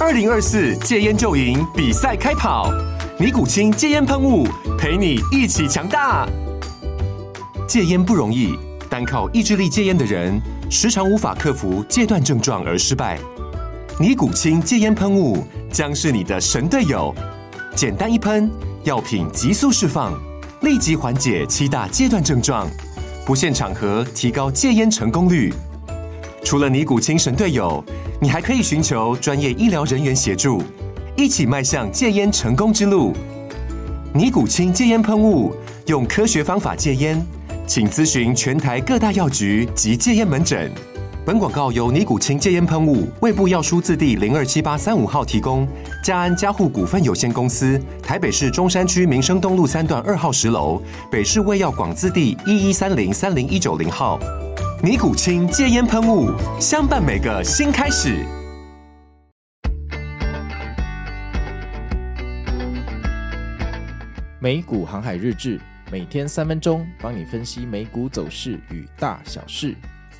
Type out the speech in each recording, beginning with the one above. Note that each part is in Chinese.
2024戒烟就赢比赛开跑，尼古清戒烟喷雾陪你一起强大。戒烟不容易，单靠意志力戒烟的人，时常无法克服戒断症状而失败。尼古清戒烟喷雾将是你的神队友，简单一喷，药品急速释放，立即缓解7大戒断症状，不限场合提高戒烟成功率。除了尼古清神队友，你还可以寻求专业医疗人员协助，一起迈向戒烟成功之路。尼古清戒烟喷雾，用科学方法戒烟，请咨询全台各大药局及戒烟门诊。本广告由尼古清戒烟喷雾、卫部药书字第027835号提供，嘉安嘉护股份有限公司，台北市中山区民生东路3段2号10楼，北市卫药广字第1130-30190号。尼古清戒烟喷雾，相伴每个新开始。 美股航海日志，每天3分钟，帮你分析美股走势与大小事。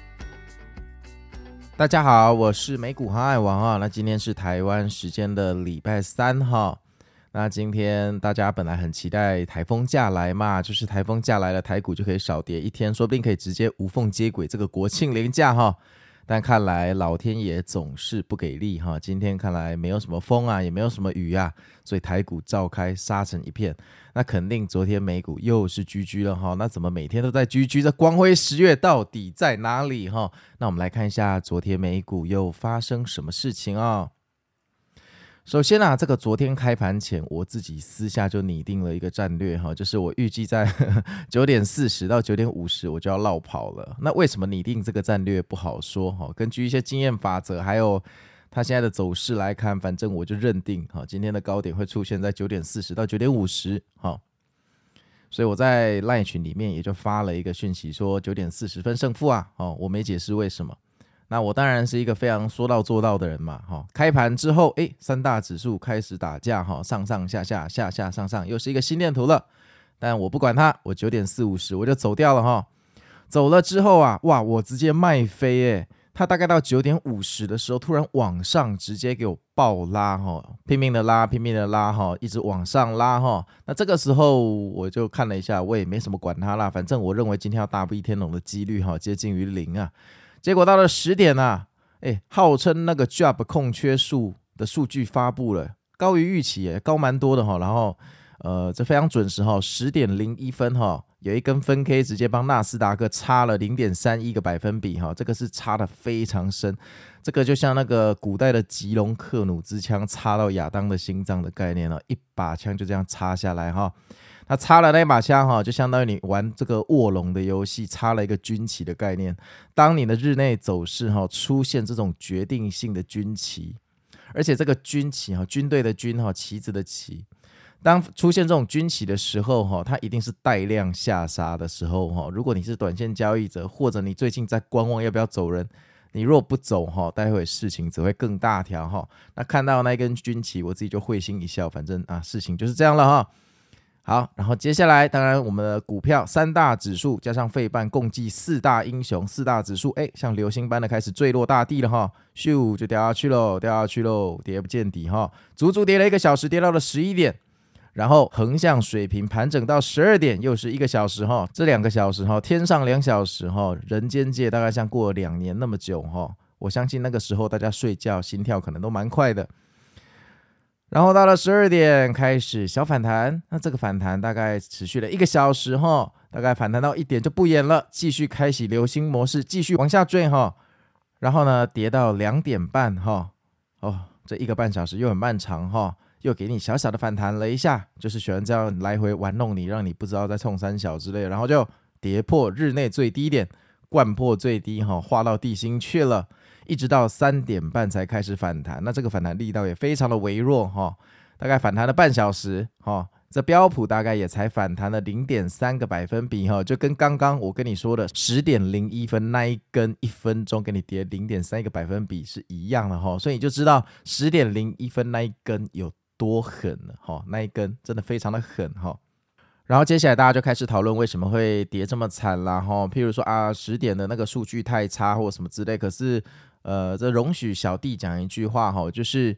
大家好，我是美股航海王啊。那今天是台湾时间的礼拜3哈。那今天大家本来很期待台风假来嘛，就是台风假来了，台股就可以少跌一天，说不定可以直接无缝接轨这个国庆连假哈。但看来老天爷总是不给力哈，今天看来没有什么风啊，也没有什么雨啊，所以台股照开杀成一片。那肯定昨天美股又是居了哈，那怎么每天都在居？这光辉10月到底在哪里哈？那我们来看一下昨天美股又发生什么事情啊？首先啊，这个昨天开盘前，我自己私下就拟定了一个战略哈，就是我预计在9点40到9点50我就要落跑了。那为什么拟定这个战略不好说哈？根据一些经验法则，还有它现在的走势来看，反正我就认定哈，今天的高点会出现在9点40到9点50哈。所以我在 LINE 群里面也就发了一个讯息说9点40分胜负啊，我没解释为什么。那我当然是一个非常说到做到的人嘛，开盘之后3大指数开始打架，上上下下下下上上，又是一个心电图了，但我不管它，我9点40我就走掉了走了之后啊，哇，我直接卖飞它大概到9点50的时候突然往上直接给我爆拉拼命的拉一直往上拉那这个时候我就看了一下，我也没什么管它啦，反正我认为今天要大不一天龙的几率接近于0啊。结果到了10点啊，号称那个 Job 空缺数的数据发布了，高于预期高蛮多的然后这非常准时10点01分有一根分 K 直接帮纳斯达克差了 0.31 个百分比这个是差的非常深，这个就像那个古代的吉隆克努之枪插到亚当的心脏的概念一把枪就这样插下来他插了那把枪就相当于你玩这个卧龙的游戏插了一个军旗的概念。当你的日内走势出现这种决定性的军旗，而且这个军旗军队的军旗子的旗，当出现这种军旗的时候它一定是带量下杀的时候如果你是短线交易者，或者你最近在观望要不要走人，你若不走待会事情只会更大条那看到那根军旗我自己就会心一笑，反正事情就是这样了好，然后接下来当然我们的股票3大指数加上费半共计4大英雄4大指数像流星般的开始坠落大地了咻就掉下去咯，跌不见底足足跌了1个小时，跌到了11点，然后横向水平盘整到12点，又是1个小时这2个小时天上2小时人间界大概像过了2年那么久我相信那个时候大家睡觉心跳可能都蛮快的。然后到了12点开始小反弹，那这个反弹大概持续了1个小时大概反弹到1点就不演了，继续开启流星模式，继续往下坠然后呢跌到2点半这1个半小时又很漫长又给你小小的反弹了一下，就是喜欢这样来回玩弄你，让你不知道在冲三小之类的，然后就跌破日内最低点，灌破最低画到地心去了，一直到3点半才开始反弹。那这个反弹力道也非常的微弱大概反弹了半小时这标普大概也才反弹了 0.3 个百分比就跟刚刚我跟你说的10点01分那一根1分钟给你跌 0.3 个百分比是一样的所以你就知道10点01分那一根有多狠了那一根真的非常的狠然后接下来大家就开始讨论为什么会跌这么惨啦譬如说10点的那个数据太差或什么之类，可是这容许小弟讲一句话就是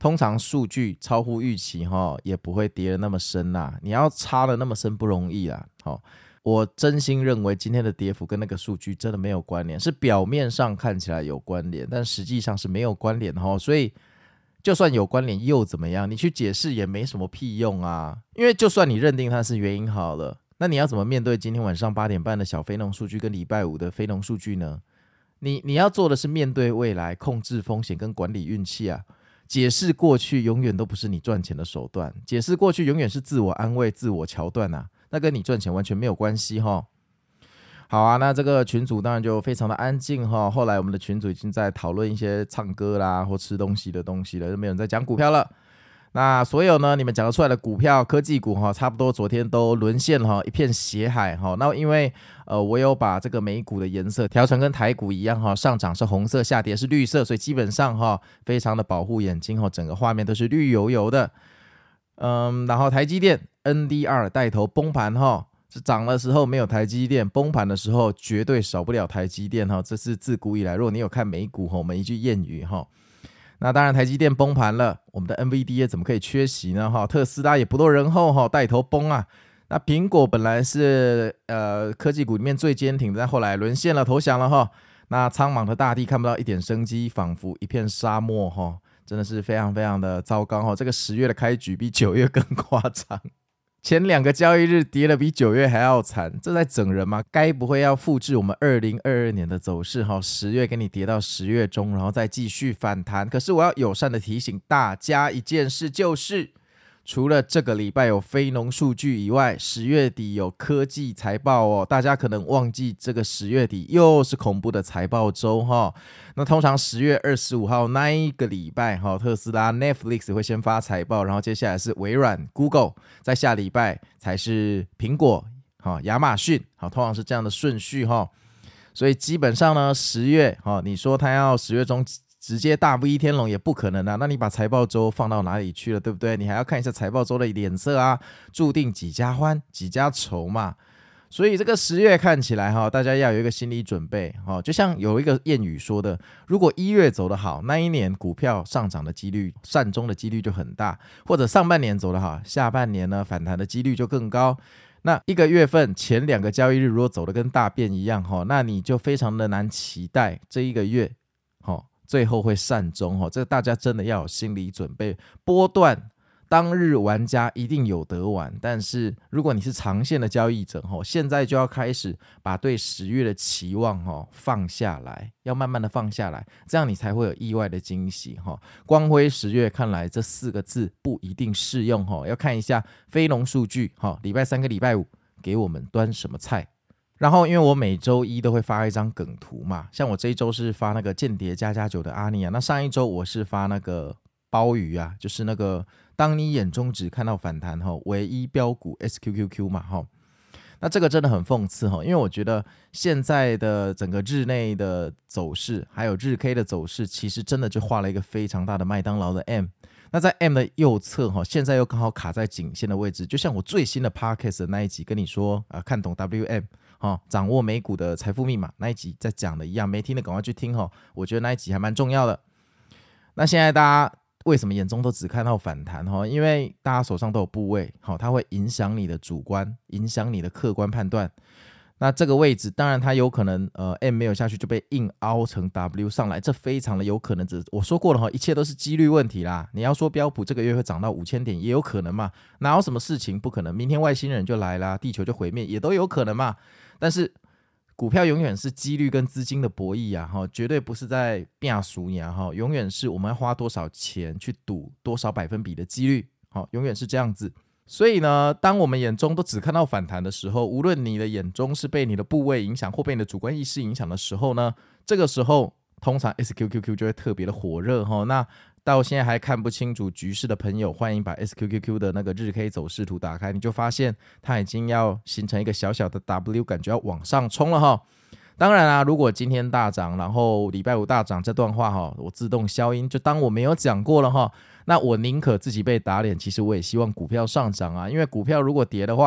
通常数据超乎预期也不会跌得那么深啦，你要差得那么深不容易啦。我真心认为今天的跌幅跟那个数据真的没有关联，是表面上看起来有关联，但实际上是没有关联所以就算有关联又怎么样？你去解释也没什么屁用啊！因为就算你认定它是原因好了，那你要怎么面对今天晚上8点半的小非农数据跟礼拜五的非农数据呢？你要做的是面对未来，控制风险跟管理运气啊！解释过去永远都不是你赚钱的手段，解释过去永远是自我安慰、自我桥段啊！那跟你赚钱完全没有关系好啊，那这个群组当然就非常的安静后来我们的群组已经在讨论一些唱歌啦或吃东西的东西了，就没有人在讲股票了。那所有呢你们讲得出来的股票科技股差不多昨天都沦陷一片血海那因为我有把这个美股的颜色调成跟台股一样上涨是红色，下跌是绿色，所以基本上非常的保护眼睛整个画面都是绿油油的。然后台积电 NDR 带头崩盘是涨的时候没有台积电，崩盘的时候绝对少不了台积电这是自古以来，如果你有看美股我们一句谚语那当然台积电崩盘了，我们的 NVDA 怎么可以缺席呢特斯拉也不落人后带头崩啊。那苹果本来是科技股里面最坚挺的，但后来沦陷了，投降了那苍茫的大地看不到一点生机，仿佛一片沙漠真的是非常非常的糟糕这个10月的开局比9月更夸张，前2个交易日跌了比9月还要惨，这在整人吗？该不会要复制我们2022年的走势10月给你跌到10月中，然后再继续反弹？可是我要友善的提醒大家一件事，就是除了这个礼拜有非农数据以外，10月底有科技财报大家可能忘记这个10月底又是恐怖的财报周那通常10月25号那一个礼拜特斯拉 Netflix 会先发财报，然后接下来是微软 Google， 在下礼拜才是苹果亚马逊通常是这样的顺序所以基本上呢10月你说他要10月中直接大 V 天龙也不可能啊，那你把财报周放到哪里去了，对不对？你还要看一下财报周的脸色啊，注定几家欢几家愁嘛。所以这个10月看起来大家要有一个心理准备就像有一个谚语说的，如果1月走得好，那一年股票上涨的几率善终的几率就很大，或者上半年走得好，下半年呢反弹的几率就更高。那一个月份前2个交易日如果走得跟大便一样那你就非常的难期待这一个月最后会善终这个大家真的要有心理准备。波段当日玩家一定有得玩，但是如果你是长线的交易者现在就要开始把对10月的期望放下来，要慢慢的放下来，这样你才会有意外的惊喜光辉10月看来这4个字不一定适用要看一下非农数据礼拜3跟礼拜5给我们端什么菜。然后因为我每周一都会发一张梗图嘛，像我这一周是发那个间谍++9的阿尼亚，那上一周我是发那个鲍鱼啊，就是那个当你眼中只看到反弹唯一标股 SQQQ 嘛那这个真的很讽刺因为我觉得现在的整个日内的走势还有日 K 的走势，其实真的就画了一个非常大的麦当劳的 M， 那在 M 的右侧现在又刚好卡在颈线的位置，就像我最新的 Podcast 的那一集跟你说看懂 WM掌握美股的财富密码那一集在讲的一样，没听的赶快去听我觉得那一集还蛮重要的。那现在大家为什么眼中都只看到反弹因为大家手上都有部位它会影响你的主观，影响你的客观判断。那这个位置当然它有可能M 没有下去就被硬凹成 W 上来，这非常的有可能，我说过了一切都是几率问题啦。你要说标普这个月会涨到5000点也有可能嘛，哪有什么事情不可能，明天外星人就来啦，地球就毁灭也都有可能嘛。但是股票永远是几率跟资金的博弈绝对不是在变输赢永远是我们要花多少钱去赌多少百分比的几率永远是这样子。所以呢，当我们眼中都只看到反弹的时候，无论你的眼中是被你的部位影响或被你的主观意识影响的时候呢，这个时候通常 SQQQ 就会特别的火热那到现在还看不清楚局势的朋友，欢迎把 SQQQ 的那个日 K 走势图打开，你就发现它已经要形成一个小小的 W， 感觉要往上冲了当然如果今天大涨，然后礼拜五大涨，这段话我自动消音，就当我没有讲过了那我宁可自己被打脸，其实我也希望股票上涨因为股票如果跌的话，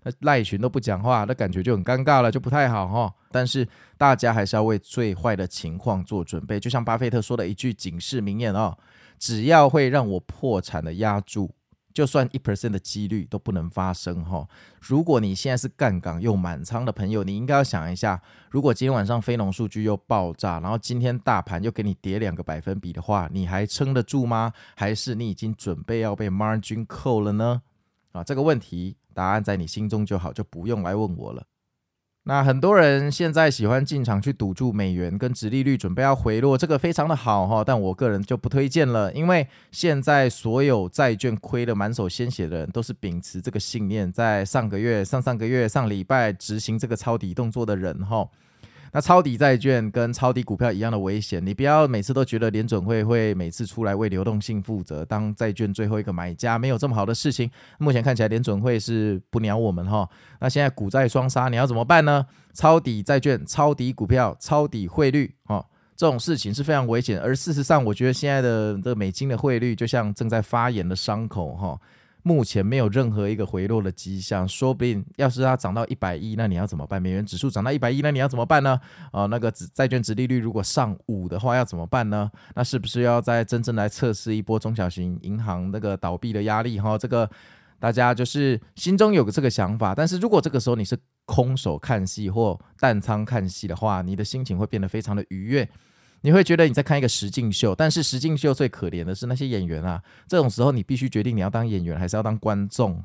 赖群都不讲话，那感觉就很尴尬了，就不太好但是大家还是要为最坏的情况做准备，就像巴菲特说的一句警示名言只要会让我破产的押注，就算 1% 的几率都不能发生如果你现在是干港又满仓的朋友，你应该要想一下，如果今天晚上非农数据又爆炸，然后今天大盘又给你跌2个百分比的话，你还撑得住吗？还是你已经准备要被 margin call 了呢？这个问题答案在你心中就好，就不用来问我了。那很多人现在喜欢进场去赌注美元跟殖利率准备要回落，这个非常的好但我个人就不推荐了，因为现在所有债券亏得满手鲜血的人都是秉持这个信念，在上个月、上个月、上礼拜执行这个抄底动作的人那抄底债券跟抄底股票一样的危险，你不要每次都觉得联准会每次出来为流动性负责，当债券最后一个买家，没有这么好的事情。目前看起来联准会是不鸟我们那现在股债双杀，你要怎么办呢？抄底债券、抄底股票、抄底汇率这种事情是非常危险。而事实上我觉得现在的这个美金的汇率就像正在发炎的伤口目前没有任何一个回落的迹象，说不定要是它涨到110，那你要怎么办？美元指数涨到110，那你要怎么办呢？那个债券殖利率如果上5的话，要怎么办呢？那是不是要再真正来测试一波中小型银行那个倒闭的压力？这个大家就是心中有个这个想法，但是如果这个时候你是空手看戏或淡仓看戏的话，你的心情会变得非常的愉悦。你会觉得你在看一个实境秀，但是实境秀最可怜的是那些演员这种时候你必须决定你要当演员还是要当观众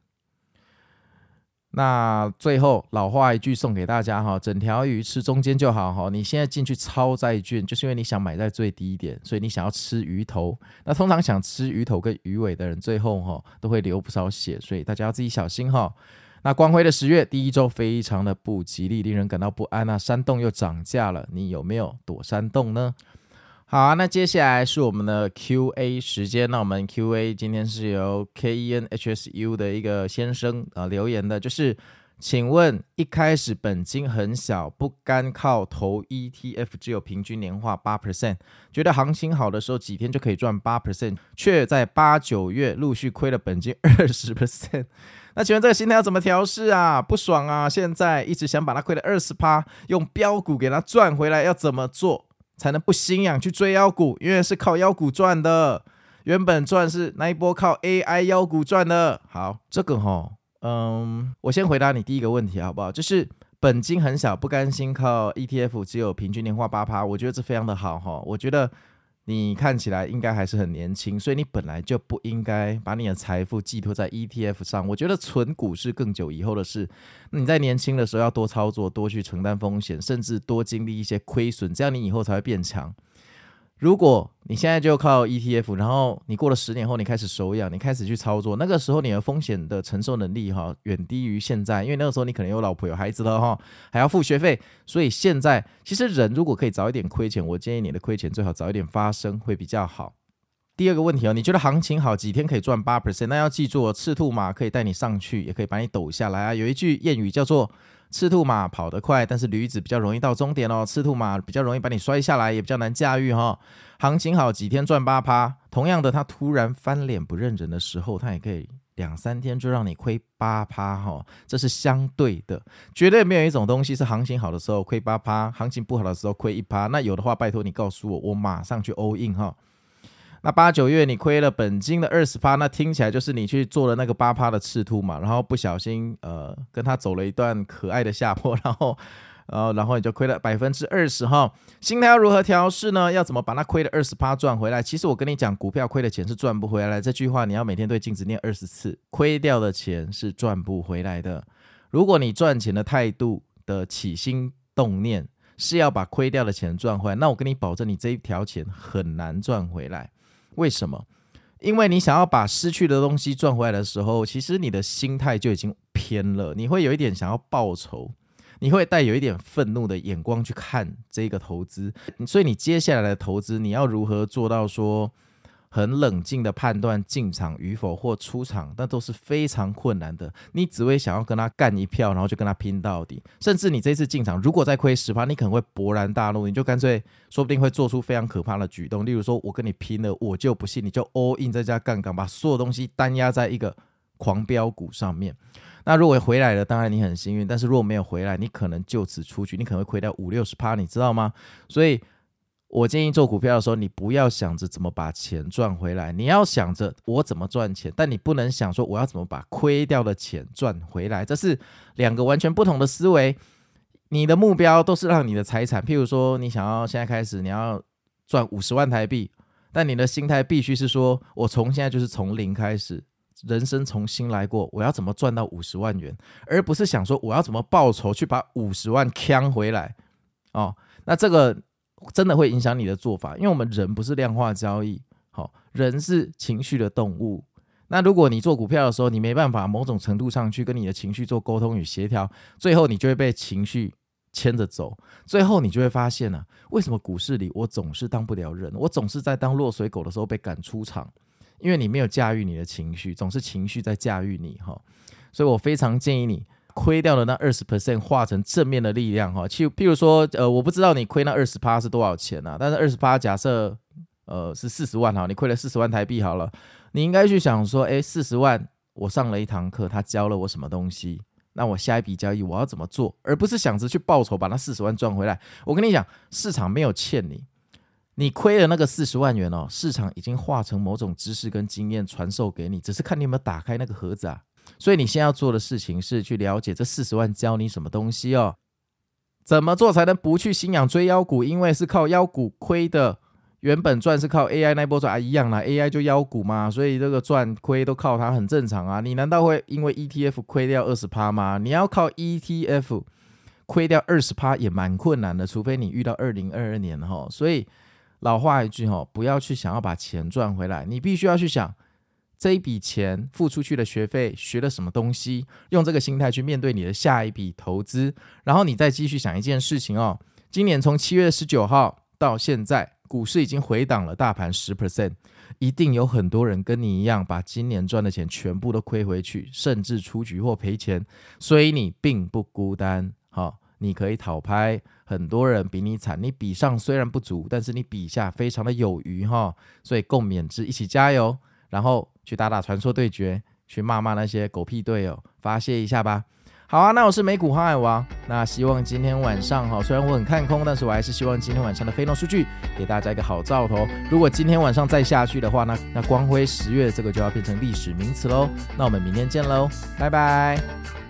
那最后老话一句送给大家整条鱼吃中间就好你现在进去抄债券，就是因为你想买在最低点，所以你想要吃鱼头。那通常想吃鱼头跟鱼尾的人，最后都会流不少血，所以大家要自己小心那光辉的10月第一周非常的不吉利，令人感到不安山洞又涨价了，你有没有躲山洞呢？好那接下来是我们的 Q&A 时间。那我们 Q&A 今天是由 KENHSU 的一个先生留言的，就是请问一开始本金很小，不甘靠投 ETF 只有平均年化 8%， 觉得行情好的时候几天就可以赚 8%， 却在8、9月陆续亏了本金 20%。那请问这个心态要怎么调试不爽现在一直想把它亏的 20%， 用标股给它赚回来，要怎么做才能不心痒去追妖股？因为是靠妖股赚的，原本赚是那一波靠 AI 妖股赚的。好，这个我先回答你第一个问题好不好？就是本金很小，不甘心靠 ETF 只有平均年化 8%， 我觉得这非常的好我觉得你看起来应该还是很年轻，所以你本来就不应该把你的财富寄托在 ETF 上。我觉得存股是更久以后的事，你在年轻的时候要多操作，多去承担风险，甚至多经历一些亏损，这样你以后才会变强。如果你现在就靠 ETF， 然后你过了10年后你开始手痒，你开始去操作，那个时候你的风险的承受能力远低于现在，因为那个时候你可能有老婆有孩子了还要付学费，所以现在其实人如果可以早一点亏钱，我建议你的亏钱最好早一点发生会比较好。第二个问题你觉得行情好几天可以赚 8%， 那要记住赤兔马可以带你上去，也可以把你抖下来有一句谚语叫做赤兔马跑得快，但是驴子比较容易到终点赤兔马比较容易把你摔下来，也比较难驾驭行情好几天赚 8%， 同样的它突然翻脸不认人的时候，它也可以2-3天就让你亏 8%， 这是相对的，绝对没有一种东西是行情好的时候亏 8%， 行情不好的时候亏 1%， 那有的话拜托你告诉我，我马上去 all in那8、9月你亏了本金的 20%， 那听起来就是你去做了那个 8% 的赤兔嘛，然后不小心跟他走了一段可爱的下坡，然后你就亏了 20% 心态要如何调试呢？要怎么把那亏的 20% 赚回来？其实我跟你讲，股票亏的钱是赚不回来，这句话你要每天对镜子念20次，亏掉的钱是赚不回来的。如果你赚钱的态度的起心动念是要把亏掉的钱赚回来，那我跟你保证你这一条钱很难赚回来。为什么？因为你想要把失去的东西赚回来的时候，其实你的心态就已经偏了，你会有一点想要报仇，你会带有一点愤怒的眼光去看这个投资，所以你接下来的投资你要如何做到说很冷静的判断进场与否或出场，那都是非常困难的。你只会想要跟他干一票，然后就跟他拼到底，甚至你这次进场如果再亏 10%， 你可能会勃然大怒，你就干脆说不定会做出非常可怕的举动，例如说我跟你拼了，我就不信，你就 all in 再加杠杆，把所有东西单压在一个狂飙股上面。 那如果回来了，当然你很幸运，但是如果没有回来，你可能就此出局，你可能会亏掉50-60%，你知道吗？所以我建议做股票的时候，你不要想着怎么把钱赚回来，你要想着我怎么赚钱，但你不能想说我要怎么把亏掉的钱赚回来，这是两个完全不同的思维。你的目标都是让你的财产，譬如说你想要现在开始你要赚50万台币，但你的心态必须是说我从现在就是从零开始，人生从新来过，我要怎么赚到50万元，而不是想说我要怎么报仇去把50万呛回来那这个真的会影响你的做法，因为我们人不是量化交易，人是情绪的动物。那如果你做股票的时候，你没办法某种程度上去跟你的情绪做沟通与协调，最后你就会被情绪牵着走，最后你就会发现为什么股市里我总是当不了人，我总是在当落水狗的时候被赶出场，因为你没有驾驭你的情绪，总是情绪在驾驭你所以我非常建议你亏掉的那 20% 化成正面的力量譬如说我不知道你亏那 20% 是多少钱但是 20% 假设是40万你亏了40万台币好了，你应该去想说40万我上了一堂课，他教了我什么东西，那我下一笔交易我要怎么做，而不是想着去报仇把那40万赚回来。我跟你讲，市场没有欠你，你亏了那个40万元市场已经化成某种知识跟经验传授给你，只是看你有没有打开那个盒子所以你现在要做的事情是去了解这40万教你什么东西怎么做才能不去信仰追妖股，因为是靠妖股亏的，原本赚是靠 AI 那波赚一样啦 AI 就妖股嘛，所以这个赚亏都靠它很正常你难道会因为 ETF 亏掉 20% 吗？你要靠 ETF 亏掉 20% 也蛮困难的，除非你遇到2022年所以老话一句不要去想要把钱赚回来，你必须要去想这一笔钱付出去的学费学了什么东西，用这个心态去面对你的下一笔投资，然后你再继续想一件事情今年从7月19号到现在，股市已经回档了大盘 10%， 一定有很多人跟你一样把今年赚的钱全部都亏回去，甚至出局或赔钱，所以你并不孤单你可以讨拍，很多人比你惨，你比上虽然不足，但是你比下非常的有余所以共勉之，一起加油，然后去打打传说对决，去骂骂那些狗屁队友，发泄一下吧。好那我是美股航海王，那希望今天晚上虽然我很看空，但是我还是希望今天晚上的非农数据给大家一个好兆头，如果今天晚上再下去的话，那光辉10月这个就要变成历史名词咯。那我们明天见咯，拜拜。